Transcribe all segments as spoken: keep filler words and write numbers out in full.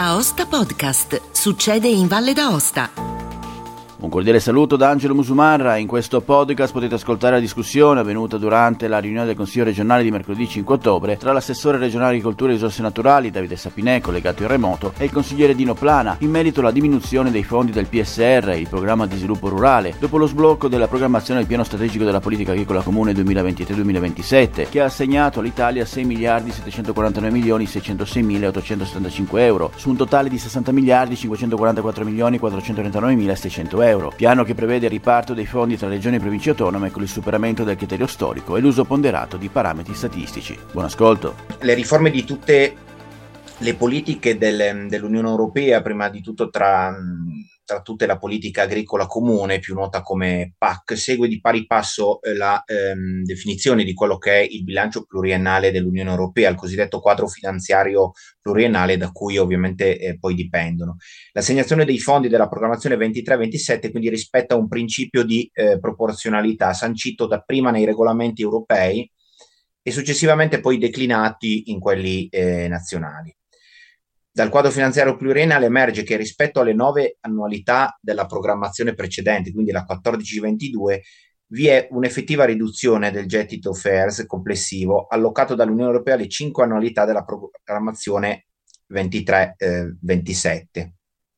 Aosta Podcast. Succede in Valle d'Aosta. Un cordiale saluto da Angelo Musumarra. In questo podcast potete ascoltare la discussione avvenuta durante la riunione del Consiglio regionale di mercoledì cinque ottobre tra l'assessore regionale agricoltura e risorse naturali Davide Sapinè, collegato in remoto, e il consigliere Dino Plana in merito alla diminuzione dei fondi del P S R, il programma di sviluppo rurale, dopo lo sblocco della programmazione del piano strategico della politica agricola comune duemilaventitré duemilaventisette, che ha assegnato all'Italia sei miliardi settecentoquarantanove milioni seicentosei mila ottocentosettantacinque euro, su un totale di sessanta miliardi cinquecentoquarantaquattro milioni quattrocentotrentanove mila seicento euro. Piano che prevede il riparto dei fondi tra regioni e province autonome con il superamento del criterio storico e l'uso ponderato di parametri statistici. Buon ascolto. Le riforme di tutte le politiche del, dell'Unione Europea, prima di tutto tra, tra tutte la politica agricola comune, più nota come P A C, segue di pari passo eh, la ehm, definizione di quello che è il bilancio pluriennale dell'Unione Europea, il cosiddetto quadro finanziario pluriennale, da cui ovviamente eh, poi dipendono. L'assegnazione dei fondi della programmazione ventitré ventisette quindi rispetta un principio di eh, proporzionalità sancito dapprima nei regolamenti europei e successivamente poi declinati in quelli eh, nazionali. Dal quadro finanziario pluriennale emerge che rispetto alle nove annualità della programmazione precedente, quindi la quattordici ventidue, vi è un'effettiva riduzione del gettito F E R S complessivo allocato dall'Unione Europea alle cinque annualità della programmazione ventitré ventisette.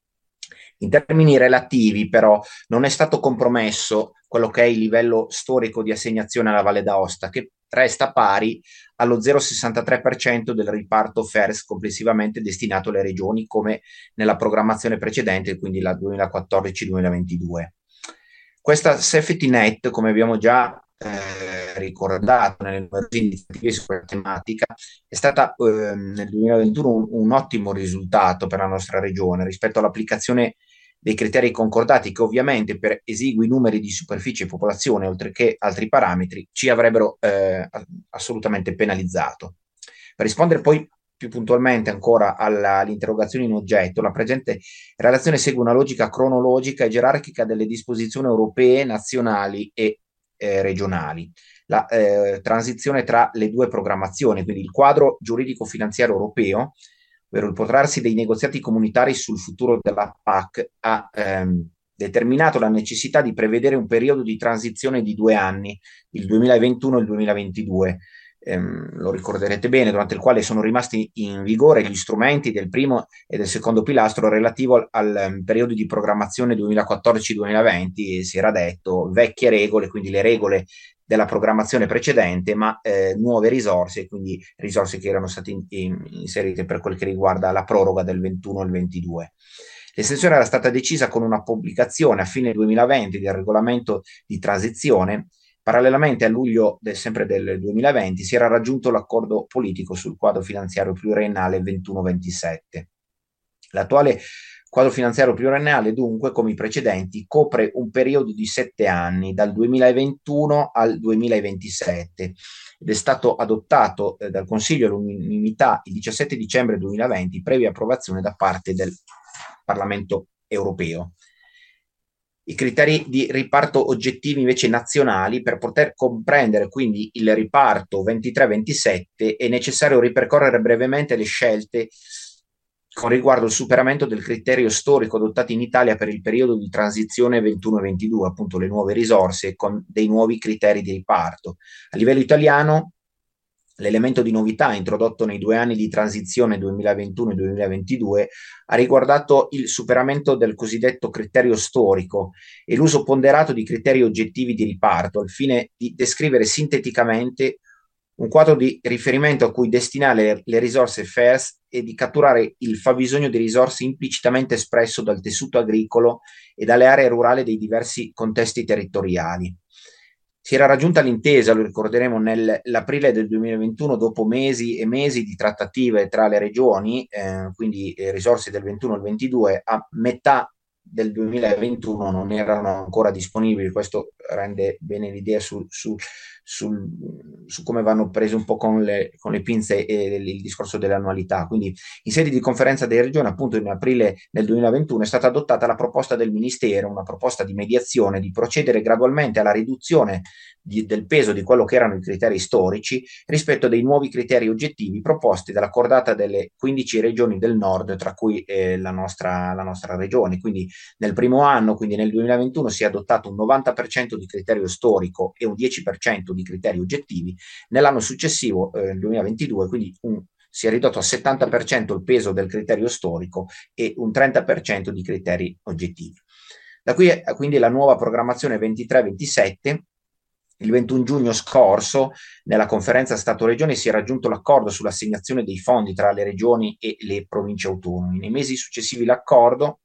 In termini relativi, però, non è stato compromesso quello che è il livello storico di assegnazione alla Valle d'Aosta, che resta pari allo zero virgola sessantatré per cento del riparto F E R S complessivamente destinato alle regioni, come nella programmazione precedente, quindi la duemilaquattordici duemilaventidue. Questa safety net, come abbiamo già eh, ricordato nelle numerose iniziative su questa tematica, è stata eh, nel duemilaventuno un, un ottimo risultato per la nostra regione rispetto all'applicazione dei criteri concordati, che ovviamente per esigui numeri di superficie e popolazione, oltre che altri parametri, ci avrebbero eh, assolutamente penalizzato. Per rispondere poi più puntualmente ancora alla, all'interrogazione in oggetto, la presente relazione segue una logica cronologica e gerarchica delle disposizioni europee, nazionali e eh, regionali. La eh, transizione tra le due programmazioni, quindi il quadro giuridico-finanziario europeo, ovvero il protrarsi dei negoziati comunitari sul futuro della P A C, ha ehm, determinato la necessità di prevedere un periodo di transizione di due anni, il duemilaventuno e il duemilaventidue. Ehm, lo ricorderete bene, durante il quale sono rimasti in vigore gli strumenti del primo e del secondo pilastro relativo al, al um, periodo di programmazione duemilaquattordici duemilaventi, e si era detto vecchie regole, quindi le regole della programmazione precedente, ma eh, nuove risorse, quindi risorse che erano state in, in, inserite per quel che riguarda la proroga del ventuno al ventidue. L'estensione era stata decisa con una pubblicazione a fine duemilaventi del regolamento di transizione. Parallelamente a luglio del, sempre del duemilaventi si era raggiunto l'accordo politico sul quadro finanziario pluriennale ventuno ventisette. L'attuale quadro finanziario pluriennale, dunque, come i precedenti, copre un periodo di sette anni, dal duemilaventuno al duemilaventisette, ed è stato adottato eh, dal Consiglio all'unanimità il diciassette dicembre duemilaventi, previa approvazione da parte del Parlamento europeo. I criteri di riparto oggettivi invece nazionali: per poter comprendere quindi il riparto ventitré ventisette è necessario ripercorrere brevemente le scelte con riguardo al superamento del criterio storico adottato in Italia per il periodo di transizione ventuno ventidue, appunto le nuove risorse con dei nuovi criteri di riparto. A livello italiano, l'elemento di novità introdotto nei due anni di transizione duemilaventuno e duemilaventidue ha riguardato il superamento del cosiddetto criterio storico e l'uso ponderato di criteri oggettivi di riparto, al fine di descrivere sinteticamente un quadro di riferimento a cui destinare le risorse F E R S e di catturare il fabbisogno di risorse implicitamente espresso dal tessuto agricolo e dalle aree rurali dei diversi contesti territoriali. Si era raggiunta l'intesa, lo ricorderemo, nell'aprile del duemilaventuno, dopo mesi e mesi di trattative tra le regioni, eh, quindi eh, risorse del ventuno al ventidue, a metà del duemilaventuno non erano ancora disponibili. Questo rende bene l'idea su, su, sul, su come vanno prese un po' con le, con le pinze e il, il discorso delle annualità. Quindi in sede di conferenza delle regioni, appunto in aprile del duemilaventuno, è stata adottata la proposta del Ministero, una proposta di mediazione, di procedere gradualmente alla riduzione di, del peso di quello che erano i criteri storici rispetto dei nuovi criteri oggettivi proposti dalla cordata delle quindici regioni del nord, tra cui eh, la, nostra, la nostra regione. Quindi nel primo anno, quindi nel duemilaventuno, si è adottato un novanta per cento di criterio storico e un dieci per cento di criteri oggettivi. Nell'anno successivo, eh, nel duemilaventidue, quindi un, si è ridotto al settanta per cento il peso del criterio storico e un trenta per cento di criteri oggettivi. Da qui quindi la nuova programmazione ventitré ventisette. Il ventuno giugno scorso, nella conferenza Stato-Regioni, si è raggiunto l'accordo sull'assegnazione dei fondi tra le regioni e le province autonome. Nei mesi successivi all'accordo,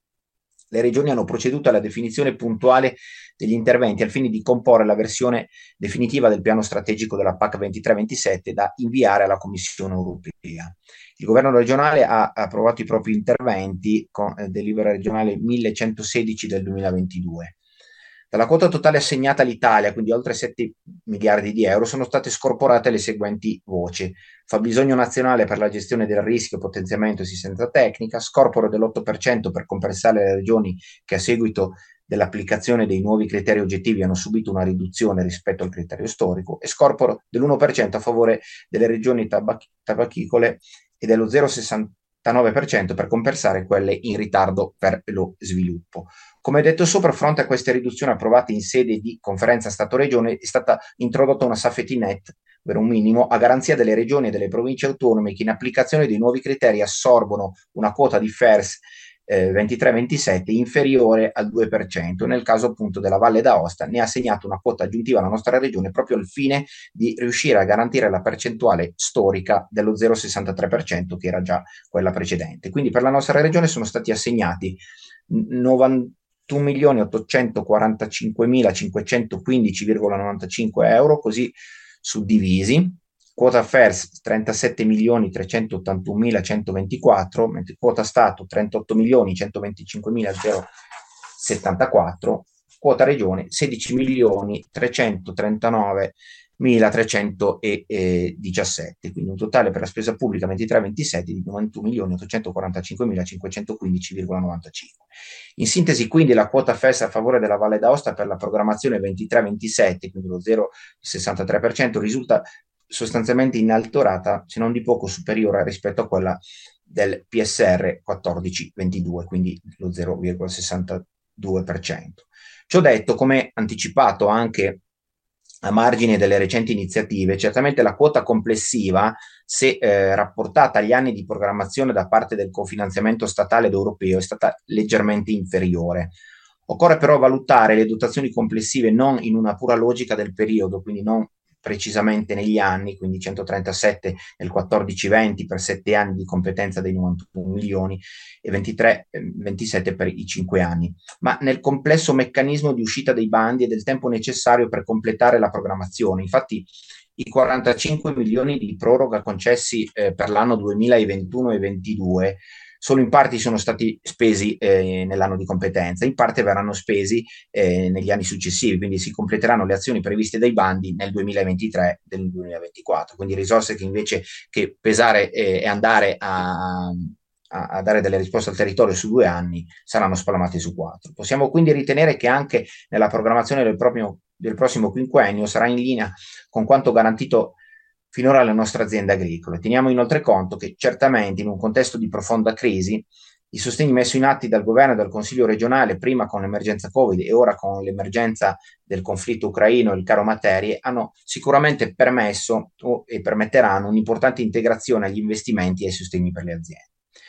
le regioni hanno proceduto alla definizione puntuale degli interventi al fine di comporre la versione definitiva del piano strategico della P A C ventitré ventisette da inviare alla Commissione europea. Il governo regionale ha approvato i propri interventi con eh, delibera regionale millecentosedici del duemilaventidue. Dalla quota totale assegnata all'Italia, quindi oltre sette miliardi di euro, sono state scorporate le seguenti voci: fabbisogno nazionale per la gestione del rischio, potenziamento e assistenza tecnica, scorporo dell'otto per cento per compensare le regioni che a seguito dell'applicazione dei nuovi criteri oggettivi hanno subito una riduzione rispetto al criterio storico, e scorporo dell'uno per cento a favore delle regioni tabach- tabachicole e dello zero virgola sessantanove per cento per compensare quelle in ritardo per lo sviluppo. Come detto sopra, a fronte a queste riduzioni approvate in sede di conferenza Stato-Regione, è stata introdotta una safety net, ovvero un minimo, a garanzia delle regioni e delle province autonome che in applicazione dei nuovi criteri assorbono una quota di F E R S eh, ventitré ventisette inferiore al due per cento. Nel caso appunto della Valle d'Aosta ne ha assegnato una quota aggiuntiva alla nostra regione proprio al fine di riuscire a garantire la percentuale storica dello zero virgola sessantatré per cento che era già quella precedente. Quindi per la nostra regione sono stati assegnati novantuno milioni ottocentoquarantacinquemilacinquecentoquindici virgola novantacinque euro, così suddivisi. Quota F E R S trentasette milioni trecentottantunomilacentoventiquattro, mentre quota Stato trentotto milioni centoventicinquemila settantaquattro, quota Regione sedici milioni trecentotrentanove milatrecentodiciassette, quindi un totale per la spesa pubblica ventitré ventisette di novantuno milioni ottocentoquarantacinquemilacinquecentoquindici virgola novantacinque. In sintesi, quindi, la quota F E S a favore della Valle d'Aosta per la programmazione ventitré ventisette, quindi lo zero virgola sessantatré per cento, risulta sostanzialmente inalterata, se non di poco superiore rispetto a quella del P S R quattordici ventidue, quindi lo zero virgola sessantadue per cento. Ciò detto, come anticipato anche a margine delle recenti iniziative, certamente la quota complessiva, se eh, rapportata agli anni di programmazione da parte del cofinanziamento statale ed europeo, è stata leggermente inferiore. Occorre però valutare le dotazioni complessive non in una pura logica del periodo, quindi non precisamente negli anni, quindi centotrentasette nel quattordici venti per sette anni di competenza dei novantuno milioni e ventitré ventisette per i cinque anni, ma nel complesso meccanismo di uscita dei bandi e del tempo necessario per completare la programmazione. Infatti i quarantacinque milioni di proroga concessi eh, per l'anno duemilaventuno e ventidue solo in parte sono stati spesi eh, nell'anno di competenza, in parte verranno spesi eh, negli anni successivi, quindi si completeranno le azioni previste dai bandi nel duemilaventitré e nel duemilaventiquattro, quindi risorse che invece che pesare eh, e andare a, a, a dare delle risposte al territorio su due anni saranno spalmate su quattro. Possiamo quindi ritenere che anche nella programmazione del, proprio, del prossimo quinquennio sarà in linea con quanto garantito finora alle nostre aziende agricole. Teniamo inoltre conto che certamente in un contesto di profonda crisi i sostegni messi in atto dal governo e dal Consiglio regionale, prima con l'emergenza Covid e ora con l'emergenza del conflitto ucraino e il caro materie, hanno sicuramente permesso o, e permetteranno un'importante integrazione agli investimenti e ai sostegni per le aziende.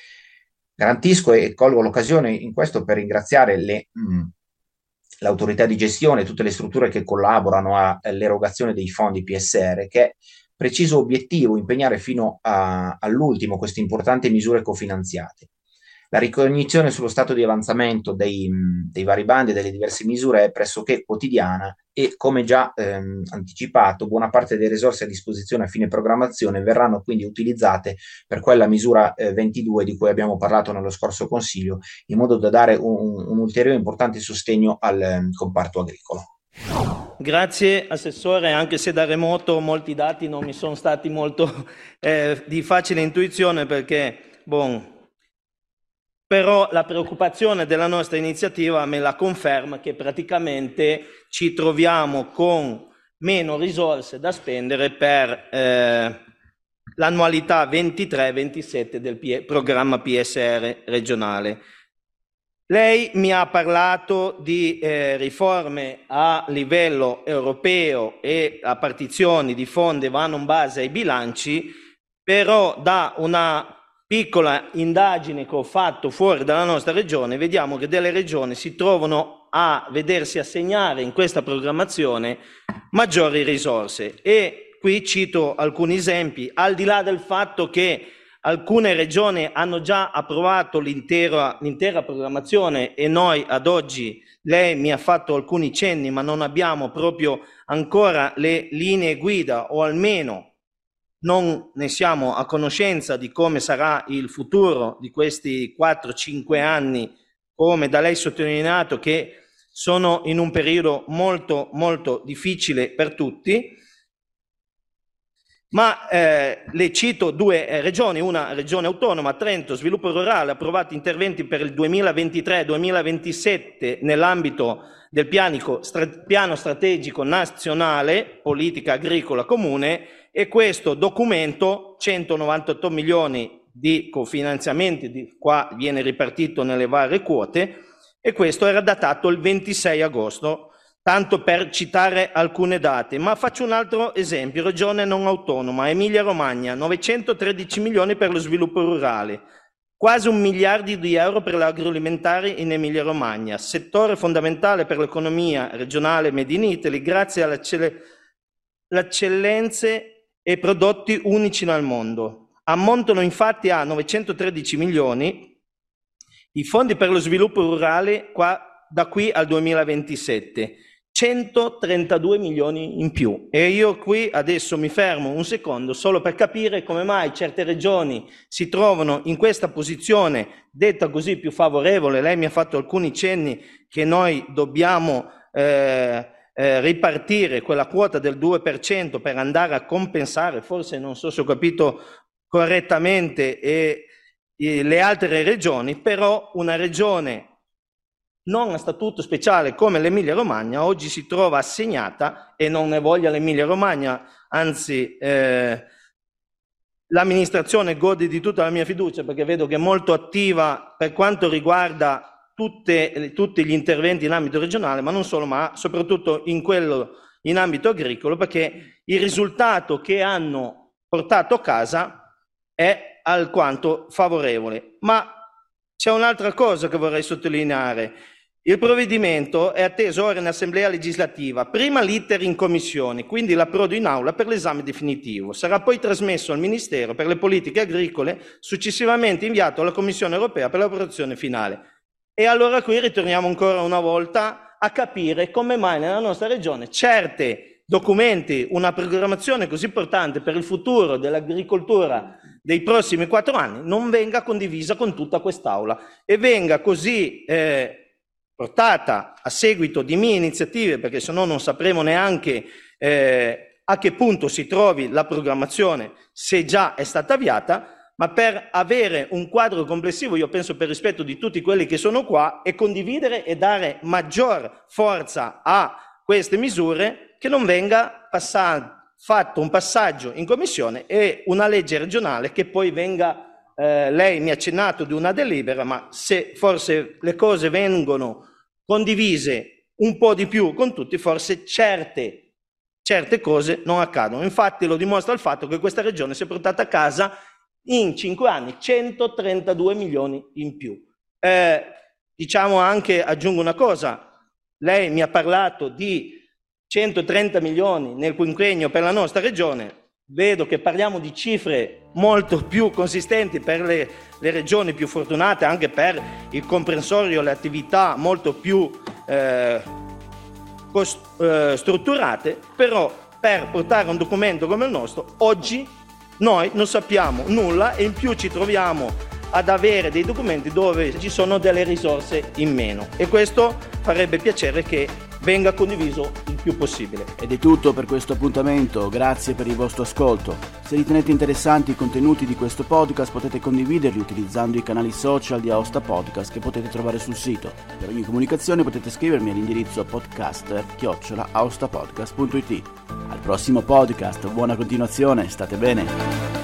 Garantisco e colgo l'occasione in questo per ringraziare le, mh, l'autorità di gestione e tutte le strutture che collaborano all'erogazione dei fondi P S R, che preciso obiettivo impegnare fino a, all'ultimo queste importanti misure cofinanziate. La ricognizione sullo stato di avanzamento dei, dei vari bandi e delle diverse misure è pressoché quotidiana e, come già ehm, anticipato, buona parte delle risorse a disposizione a fine programmazione verranno quindi utilizzate per quella misura eh, ventidue di cui abbiamo parlato nello scorso Consiglio, in modo da dare un, un ulteriore importante sostegno al eh, comparto agricolo. Grazie Assessore, anche se da remoto molti dati non mi sono stati molto eh, di facile intuizione, perché bon, però la preoccupazione della nostra iniziativa me la conferma, che praticamente ci troviamo con meno risorse da spendere per eh, l'annualità ventitré ventisette del P- programma P S R regionale. Lei mi ha parlato di eh, riforme a livello europeo e a partizioni di fondi vanno in base ai bilanci, però da una piccola indagine che ho fatto fuori dalla nostra regione vediamo che delle regioni si trovano a vedersi assegnare in questa programmazione maggiori risorse, e qui cito alcuni esempi. Al di là del fatto che alcune regioni hanno già approvato l'intera, l'intera programmazione e noi ad oggi, lei mi ha fatto alcuni cenni, ma non abbiamo proprio ancora le linee guida, o almeno non ne siamo a conoscenza di come sarà il futuro di questi quattro cinque anni, come da lei sottolineato, che sono in un periodo molto molto difficile per tutti. Ma eh, le cito due eh, regioni, una regione autonoma, Trento, sviluppo rurale, ha approvato interventi per il duemilaventitré duemilaventisette nell'ambito del pianico, stra, piano strategico nazionale, politica agricola comune, e questo documento, centonovantotto milioni di cofinanziamenti, di, qua viene ripartito nelle varie quote, e questo era datato il ventisei agosto. Tanto per citare alcune date, ma faccio un altro esempio. Regione non autonoma, Emilia Romagna, novecentotredici milioni per lo sviluppo rurale, quasi un miliardo di euro per l'agroalimentare in Emilia Romagna, settore fondamentale per l'economia regionale Made in Italy, grazie alle eccellenze e prodotti unici nel mondo. Ammontano infatti a novecentotredici milioni i fondi per lo sviluppo rurale qua, da qui al duemilaventisette. centotrentadue milioni in più, e io qui adesso mi fermo un secondo solo per capire come mai certe regioni si trovano in questa posizione detta così più favorevole. Lei mi ha fatto alcuni cenni che noi dobbiamo eh, eh, ripartire quella quota del due per cento per andare a compensare, forse non so se ho capito correttamente, e, e le altre regioni, però una regione non a statuto speciale come l'Emilia Romagna oggi si trova assegnata, e non ne voglia l'Emilia Romagna, anzi eh, l'amministrazione gode di tutta la mia fiducia, perché vedo che è molto attiva per quanto riguarda tutte, tutti gli interventi in ambito regionale, ma non solo, ma soprattutto in quello in ambito agricolo, perché il risultato che hanno portato a casa è alquanto favorevole. Ma c'è un'altra cosa che vorrei sottolineare. Il provvedimento è atteso ora in Assemblea legislativa, prima l'iter in commissione, quindi l'approdo in aula per l'esame definitivo. Sarà poi trasmesso al Ministero per le politiche agricole, successivamente inviato alla Commissione europea per l'approvazione finale. E allora qui ritorniamo ancora una volta a capire come mai nella nostra regione certi documenti, una programmazione così importante per il futuro dell'agricoltura dei prossimi quattro anni, non venga condivisa con tutta quest'Aula e venga così eh, portata a seguito di mie iniziative, perché se no non sapremo neanche eh, a che punto si trovi la programmazione, se già è stata avviata, ma per avere un quadro complessivo, io penso per rispetto di tutti quelli che sono qua, e condividere e dare maggior forza a queste misure, che non venga passato, fatto un passaggio in commissione e una legge regionale che poi venga... Eh, lei mi ha accennato di una delibera, ma se forse le cose vengono condivise un po' di più con tutti, forse certe, certe cose non accadono. Infatti lo dimostra il fatto che questa regione si è portata a casa in cinque anni centotrentadue milioni in più. Eh, diciamo anche, aggiungo una cosa, lei mi ha parlato di centotrenta milioni nel quinquennio per la nostra regione. Vedo che parliamo di cifre molto più consistenti per le, le regioni più fortunate, anche per il comprensorio, le attività molto più eh, cost, eh, strutturate, però per portare un documento come il nostro, oggi noi non sappiamo nulla e in più ci troviamo ad avere dei documenti dove ci sono delle risorse in meno, e questo farebbe piacere che venga condiviso il più possibile. Ed è tutto per questo appuntamento, grazie per il vostro ascolto. Se ritenete interessanti i contenuti di questo podcast potete condividerli utilizzando i canali social di Aosta Podcast che potete trovare sul sito. Per ogni comunicazione potete scrivermi all'indirizzo podcaster chiocciola aostapodcast punto it. Al prossimo podcast, buona continuazione, state bene!